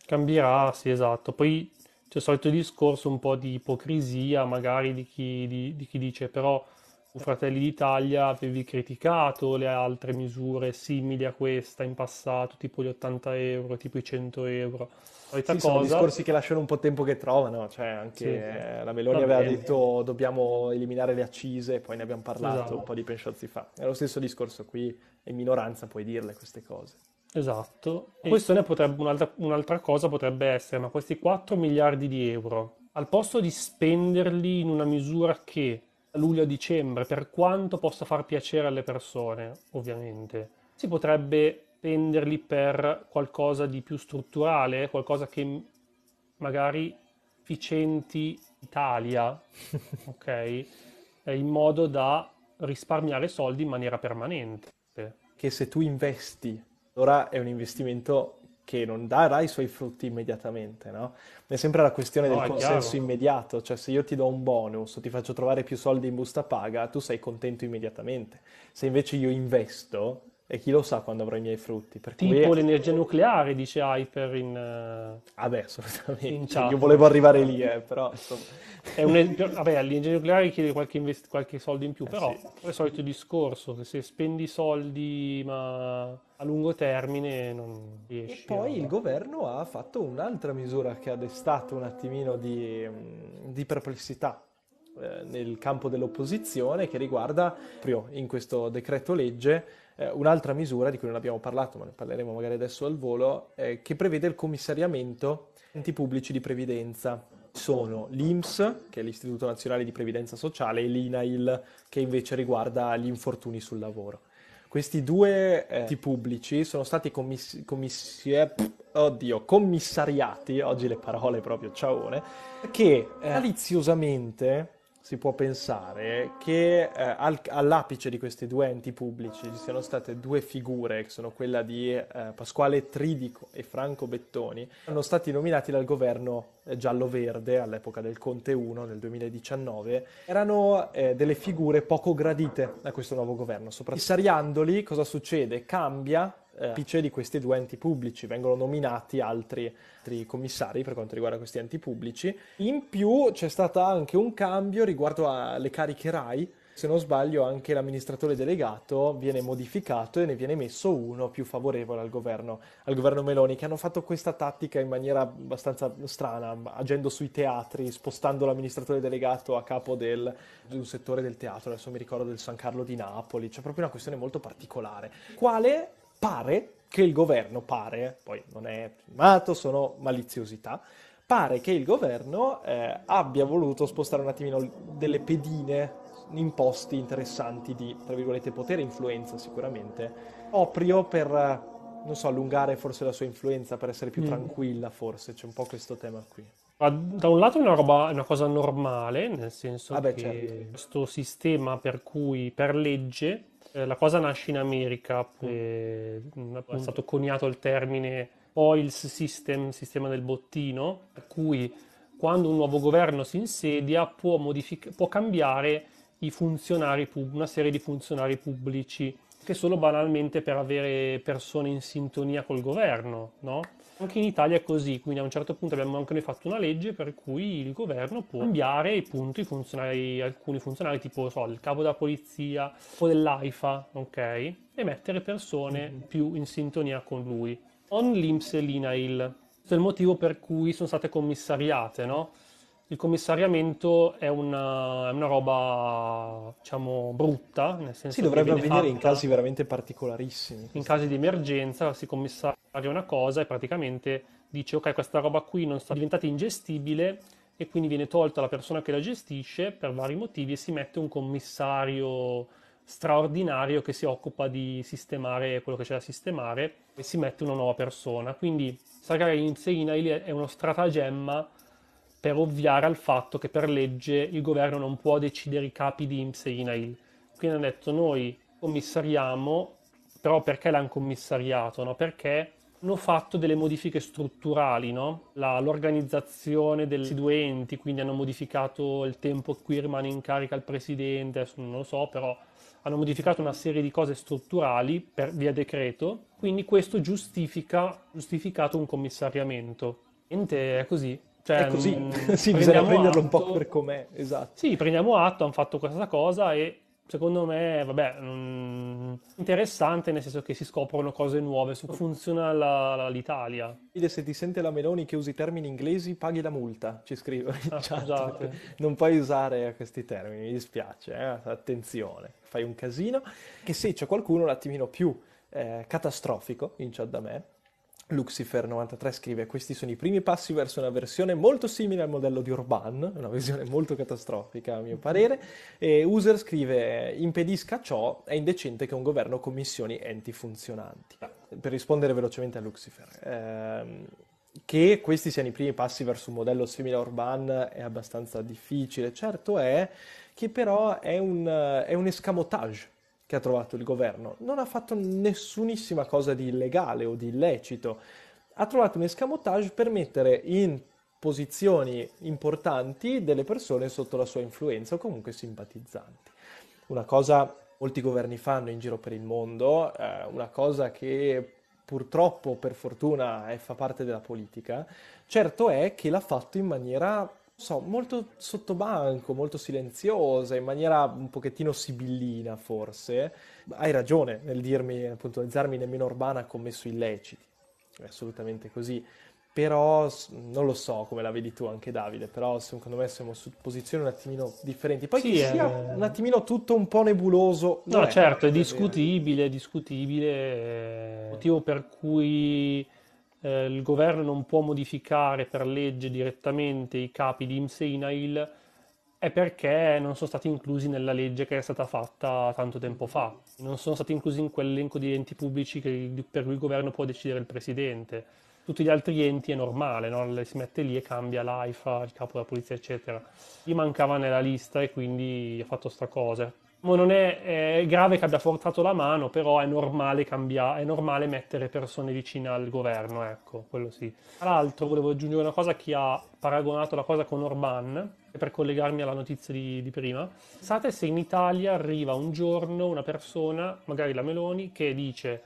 Cambierà, sì, esatto. Poi c'è il solito discorso un po' di ipocrisia, magari di chi dice, però tu, Fratelli d'Italia, avevi criticato le altre misure simili a questa in passato, tipo gli 80 euro, tipo i 100 euro. Solita Sì, sono cosa, discorsi che lasciano un po' tempo che trovano, cioè sì, anche la Meloni va aveva bene, detto dobbiamo eliminare le accise, poi ne abbiamo parlato un esatto. po' di pensazzi fa. È lo stesso discorso qui, in minoranza puoi dirle queste cose. Esatto. Questione potrebbe, un'altra cosa potrebbe essere, ma questi 4 miliardi di euro, al posto di spenderli in una misura che da luglio a dicembre, per quanto possa far piacere alle persone, ovviamente, si potrebbe spenderli per qualcosa di più strutturale, qualcosa che magari efficienti Italia, ok? In modo da risparmiare soldi in maniera permanente. Che se tu investi, allora è un investimento che non darà i suoi frutti immediatamente, no? È sempre la questione del No, è consenso chiaro. immediato, cioè se io ti do un bonus o ti faccio trovare più soldi in busta paga, tu sei contento immediatamente. Se invece io investo, e chi lo sa quando avrò i miei frutti, per cui, Tipo l'energia nucleare, dice Hyper ah beh, in assolutamente, io chat. volevo arrivare lì, però insomma, Vabbè, l'energia nucleare richiede qualche soldo in più, però sì. è il solito discorso, che se spendi soldi ma a lungo termine non E riesci a... poi il governo ha fatto un'altra misura che ha destato un attimino di perplessità nel campo dell'opposizione che riguarda proprio in questo decreto legge un'altra misura di cui non abbiamo parlato, ma ne parleremo magari adesso al volo, che prevede il commissariamento di enti pubblici di previdenza. Sono l'INPS, che è l'Istituto Nazionale di Previdenza Sociale, e l'INAIL, che invece riguarda gli infortuni sul lavoro. Questi due enti pubblici sono stati commissariati, oggi le parole proprio ciaone, che maliziosamente si può pensare che all'apice di questi due enti pubblici ci siano state due figure, che sono quella di Pasquale Tridico e Franco Bettoni, sono stati nominati dal governo giallo-verde all'epoca del Conte 1 nel 2019, erano delle figure poco gradite da questo nuovo governo. Commissariandoli, cosa succede? Cambia l'apice di questi due enti pubblici, vengono nominati altri commissari per quanto riguarda questi enti pubblici. In più c'è stato anche un cambio riguardo alle cariche RAI. Se non sbaglio, anche l'amministratore delegato viene modificato e ne viene messo uno più favorevole al governo Meloni, che hanno fatto questa tattica in maniera abbastanza strana, agendo sui teatri, spostando l'amministratore delegato a capo di un settore del teatro, adesso mi ricordo del San Carlo di Napoli, c'è proprio una questione molto particolare, quale pare che il governo, poi non è firmato, sono maliziosità, pare che il governo abbia voluto spostare un attimino delle pedine in posti interessanti di, tra virgolette, potere e influenza sicuramente, proprio per, non so, allungare forse la sua influenza, per essere più Mm. tranquilla forse, c'è un po' questo tema qui. Ma da un lato è una cosa normale, nel senso Ah beh, certo. che questo sistema per cui per legge, la cosa nasce in America, è stato coniato il termine Oils System, sistema del bottino, per cui quando un nuovo governo si insedia può cambiare una serie di funzionari pubblici, che solo banalmente per avere persone in sintonia col governo, no? Anche in Italia è così, quindi a un certo punto abbiamo anche noi fatto una legge per cui il governo può cambiare appunto alcuni funzionari, tipo non so, il capo della polizia o dell'AIFA, ok? E mettere persone più in sintonia con lui. On l'INPS e l'INAIL. Questo è il motivo per cui sono state commissariate, no? Il commissariamento è una roba, diciamo, brutta, nel Sì, senso che dovrebbe viene avvenire in fatta casi veramente particolarissimi. in casi di emergenza, si commissaria una cosa e praticamente dice ok, questa roba qui non sta diventata ingestibile e quindi viene tolta la persona che la gestisce per vari motivi e si mette un commissario straordinario che si occupa di sistemare quello che c'è da sistemare e si mette una nuova persona. Quindi Sagrada Inserina è uno stratagemma per ovviare al fatto che per legge il governo non può decidere i capi di INPS e INAIL. Quindi hanno detto noi commissariamo, però perché l'hanno commissariato? No? Perché hanno fatto delle modifiche strutturali, no? L'organizzazione dei residui, quindi hanno modificato il tempo in cui rimane in carica il presidente, adesso non lo so, però hanno modificato una serie di cose strutturali per via decreto, quindi questo giustificato un commissariamento. Niente, è così. È Cioè, così, sì, bisogna prendiamo prenderlo un po' per atto. com'è, esatto. Sì, prendiamo atto, hanno fatto questa cosa e secondo me, vabbè, interessante nel senso che si scoprono cose nuove su come funziona l'Italia. Se ti sente la Meloni che usi termini inglesi, paghi la multa, ci scrivono in Ah, chat, scusate. perché non puoi usare questi termini, mi dispiace, attenzione, fai un casino. Che se c'è qualcuno un attimino più catastrofico in chat da me, Lucifer93 scrive: questi sono i primi passi verso una versione molto simile al modello di Orban, una visione molto catastrofica a mio parere. E User scrive: impedisca ciò, è indecente che un governo commissioni enti funzionanti. Per rispondere velocemente a Lucifer, che questi siano i primi passi verso un modello simile a Orban è abbastanza difficile. Certo è che però è un escamotage che ha trovato il governo. Non ha fatto nessunissima cosa di illegale o di illecito. Ha trovato un escamotage per mettere in posizioni importanti delle persone sotto la sua influenza o comunque simpatizzanti. Una cosa molti governi fanno in giro per il mondo, una cosa che purtroppo, per fortuna, fa parte della politica, certo è che l'ha fatto in maniera, non so, molto sottobanco, molto silenziosa, in maniera un pochettino sibillina forse. Hai ragione nel dirmi, nel puntualizzarmi, nemmeno Orbán ha commesso illeciti, è assolutamente così. Però non lo so come la vedi tu anche Davide, però secondo me siamo su posizioni un attimino differenti. Poi che Sì, sia un attimino tutto un po' nebuloso, lo no, è. certo, è Vero. discutibile, motivo per cui il governo non può modificare per legge direttamente i capi di INPS e INAIL è perché non sono stati inclusi nella legge che è stata fatta tanto tempo fa. Non sono stati inclusi in quell'elenco di enti pubblici per cui il governo può decidere il presidente. Tutti gli altri enti è normale, no? Si mette lì e cambia l'AIFA, il capo della polizia, eccetera. Gli mancava nella lista e quindi ha fatto sta cosa. Ma non è grave che abbia forzato la mano, però è normale è normale mettere persone vicine al governo, ecco, quello sì. Tra l'altro volevo aggiungere una cosa, che ha paragonato la cosa con Orban, per collegarmi alla notizia di prima. Pensate se in Italia arriva un giorno una persona, magari la Meloni, che dice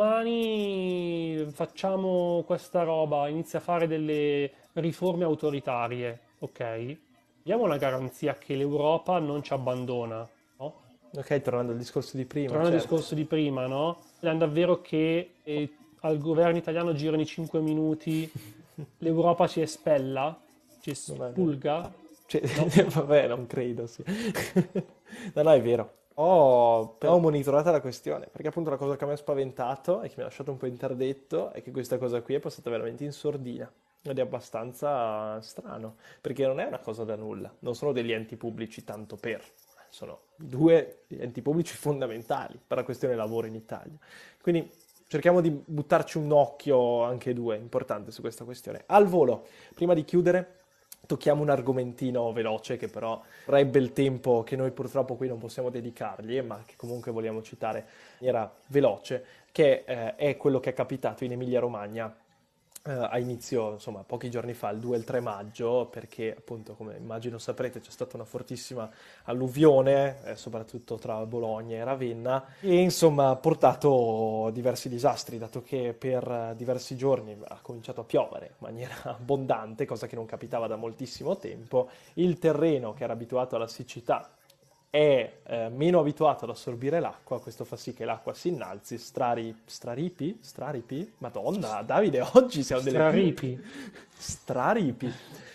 domani facciamo questa roba, inizia a fare delle riforme autoritarie, ok? Diamo una garanzia che l'Europa non ci abbandona, no? Ok, tornando al discorso di prima, Tornando al certo. discorso di prima, no? Vogliamo davvero che al governo italiano girano i 5 minuti, l'Europa ci espella, ci Non è vero. espulga? Cioè, No. vabbè, non credo, sì. No, no, è vero. Ho monitorata la questione, perché appunto la cosa che mi ha spaventato e che mi ha lasciato un po' interdetto è che questa cosa qui è passata veramente in sordina. Ed è abbastanza strano, perché non è una cosa da nulla, non sono degli enti pubblici tanto per, sono due enti pubblici fondamentali per la questione lavoro in Italia. Quindi cerchiamo di buttarci un occhio anche due, importante su questa questione. Al volo, prima di chiudere, tocchiamo un argomentino veloce che però vorrebbe il tempo che noi purtroppo qui non possiamo dedicargli, ma che comunque vogliamo citare in maniera veloce, che è quello che è capitato in Emilia-Romagna a inizio, insomma, pochi giorni fa, il 2 e il 3 maggio, perché appunto, come immagino saprete, c'è stata una fortissima alluvione, soprattutto tra Bologna e Ravenna, e insomma ha portato diversi disastri, dato che per diversi giorni ha cominciato a piovere in maniera abbondante, cosa che non capitava da moltissimo tempo. Il terreno, che era abituato alla siccità, è meno abituato ad assorbire l'acqua, questo fa sì che l'acqua si innalzi, straripi? Straripi? Madonna, Davide, oggi siamo delle più Straripi. straripi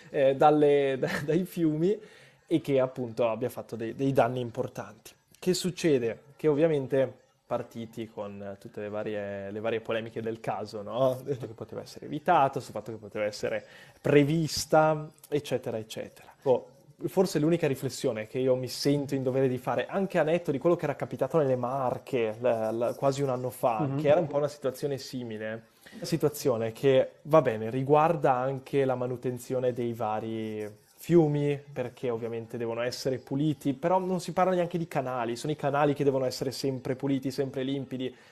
dai fiumi e che appunto abbia fatto dei danni importanti. Che succede? Che ovviamente partiti con tutte le varie polemiche del caso, no? Sul fatto che poteva essere evitato, sul fatto che poteva essere prevista, eccetera, eccetera. Forse l'unica riflessione che io mi sento in dovere di fare, anche a netto di quello che era capitato nelle Marche quasi un anno fa, che Mhm. era un po' una situazione simile, una situazione che, va bene, riguarda anche la manutenzione dei vari fiumi, perché ovviamente devono essere puliti, però non si parla neanche di canali, sono i canali che devono essere sempre puliti, sempre limpidi.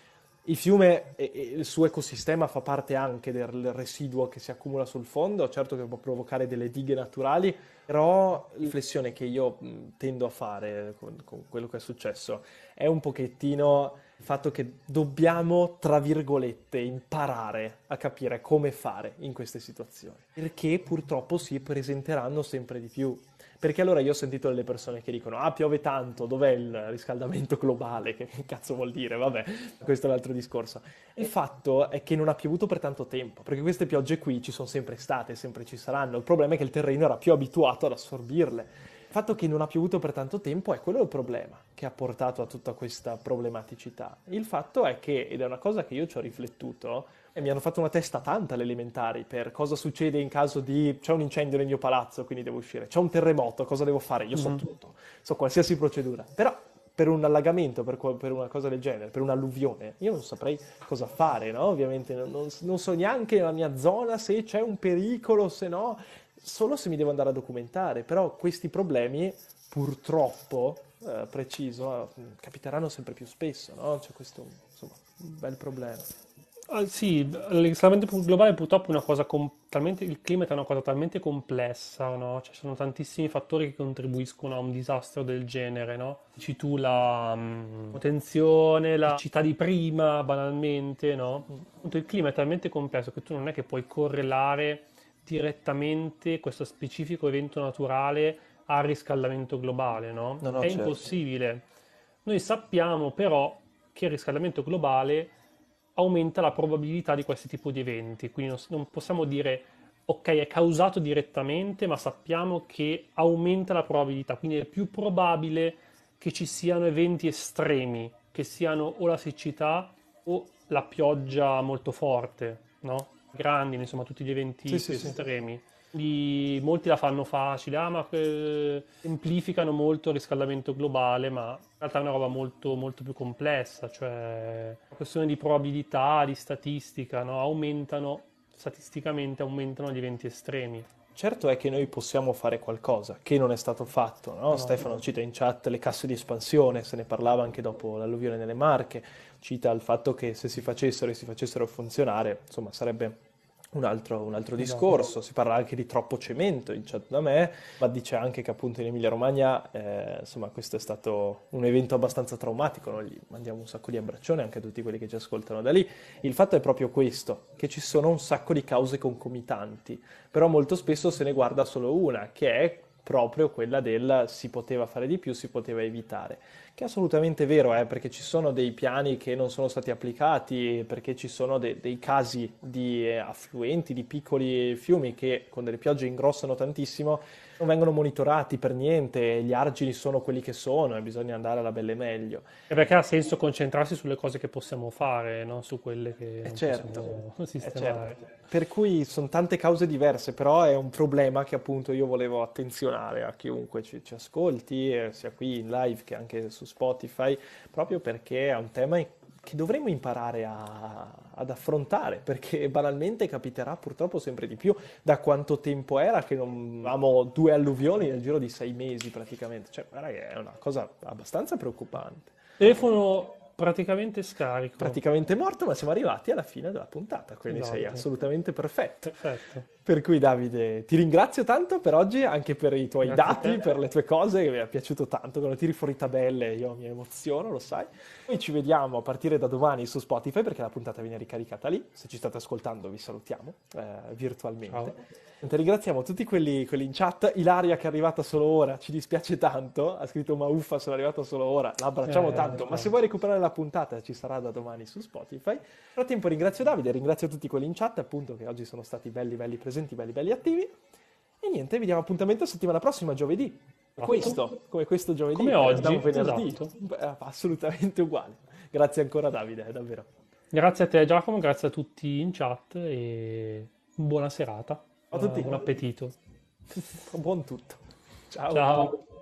Il fiume e il suo ecosistema fa parte anche del residuo che si accumula sul fondo, certo che può provocare delle dighe naturali, però la riflessione che io tendo a fare con quello che è successo è un pochettino il fatto che dobbiamo, tra virgolette, imparare a capire come fare in queste situazioni, perché purtroppo si presenteranno sempre di più. Perché allora io ho sentito delle persone che dicono ah, piove tanto, dov'è il riscaldamento globale? Che cazzo vuol dire? Vabbè, questo è un altro discorso. Il fatto è che non ha piovuto per tanto tempo, perché queste piogge qui ci sono sempre state, sempre ci saranno. Il problema è che il terreno era più abituato ad assorbirle. Il fatto che non ha piovuto per tanto tempo è quello il problema che ha portato a tutta questa problematicità. Il fatto è che, ed è una cosa che io ci ho riflettuto, e mi hanno fatto una testa tanta alle elementari per cosa succede in caso di c'è un incendio nel mio palazzo, quindi devo uscire, c'è un terremoto, cosa devo fare? Io so tutto, so qualsiasi procedura. Però per un allagamento, per una cosa del genere, per un'alluvione, io non saprei cosa fare, no? Ovviamente non so neanche nella mia zona se c'è un pericolo, se no, solo se mi devo andare a documentare. Però questi problemi, purtroppo, preciso, capiteranno sempre più spesso, no? C'è questo, insomma, un bel problema. Ah, sì, il riscaldamento globale purtroppo è una cosa il clima è una cosa talmente complessa, no? Ci sono tantissimi fattori che contribuiscono a un disastro del genere, no? Dici tu la manutenzione, la città di prima, banalmente, no? Appunto, il clima è talmente complesso che tu non è che puoi correlare direttamente questo specifico evento naturale al riscaldamento globale, no? No, no, È certo. impossibile. Noi sappiamo però che il riscaldamento globale aumenta la probabilità di questi tipi di eventi, quindi non possiamo dire ok, è causato direttamente, ma sappiamo che aumenta la probabilità, quindi è più probabile che ci siano eventi estremi, che siano o la siccità o la pioggia molto forte, no? Grandi, insomma, tutti gli Sì, eventi sì, più sì. estremi. Molti la fanno facile, ma semplificano molto il riscaldamento globale, ma in realtà è una roba molto, molto più complessa, cioè una questione di probabilità, di statistica, no? Statisticamente aumentano gli eventi estremi. Certo è che noi possiamo fare qualcosa, che non è stato fatto, no? No. Stefano cita in chat le casse di espansione, se ne parlava anche dopo l'alluvione nelle Marche, cita il fatto che se si facessero e si facessero funzionare, insomma, sarebbe un altro Esatto. discorso. Si parla anche di troppo cemento in chat da me, ma dice anche che appunto in Emilia-Romagna, insomma, questo è stato un evento abbastanza traumatico, no? Gli mandiamo un sacco di abbraccioni anche a tutti quelli che ci ascoltano da lì. Il fatto è proprio questo, che ci sono un sacco di cause concomitanti, però molto spesso se ne guarda solo una, che è proprio quella del si poteva fare di più, si poteva evitare. Che è assolutamente vero, perché ci sono dei piani che non sono stati applicati, perché ci sono dei casi di affluenti, di piccoli fiumi che con delle piogge ingrossano tantissimo, non vengono monitorati per niente, gli argini sono quelli che sono e bisogna andare alla belle meglio. E perché ha senso concentrarsi sulle cose che possiamo fare, non su quelle che È non certo, possiamo è certo. sistemare. Per cui sono tante cause diverse, però è un problema che appunto io volevo attenzionare a chiunque ci ascolti, sia qui in live che anche su Spotify, proprio perché è un tema che dovremmo imparare ad affrontare, perché banalmente capiterà purtroppo sempre di più. Da quanto tempo era che non avevamo due alluvioni nel giro di 6 mesi praticamente? Cioè, guarda che è una cosa abbastanza preoccupante. Telefono praticamente scarico. Praticamente morto, ma siamo arrivati alla fine della puntata, quindi sei Esatto. assolutamente perfetto. Perfetto. Per cui Davide, ti ringrazio tanto per oggi, anche per i tuoi Grazie a dati, te. per le tue cose, che mi è piaciuto tanto. Quando tiri fuori tabelle io mi emoziono, lo sai. Noi ci vediamo a partire da domani su Spotify perché la puntata viene ricaricata lì. Se ci state ascoltando vi salutiamo virtualmente. Ciao. Niente, ringraziamo tutti quelli in chat. Ilaria che è arrivata solo ora, ci dispiace tanto, ha scritto ma uffa, sono arrivata solo ora, la abbracciamo tanto, ma se vuoi recuperare la puntata ci sarà da domani su Spotify. Nel frattempo ringrazio Davide, ringrazio tutti quelli in chat appunto che oggi sono stati belli belli presenti, belli belli attivi. E niente, vi diamo appuntamento settimana prossima, giovedì. Esatto. Come questo giovedì, Come in realtà un oggi, venerdì. esatto. Assolutamente uguale. Grazie ancora Davide, davvero. Grazie a te Giacomo, grazie a tutti in chat e buona serata. Ciao a tutti, Buon appetito. buon tutto. Ciao. Ciao.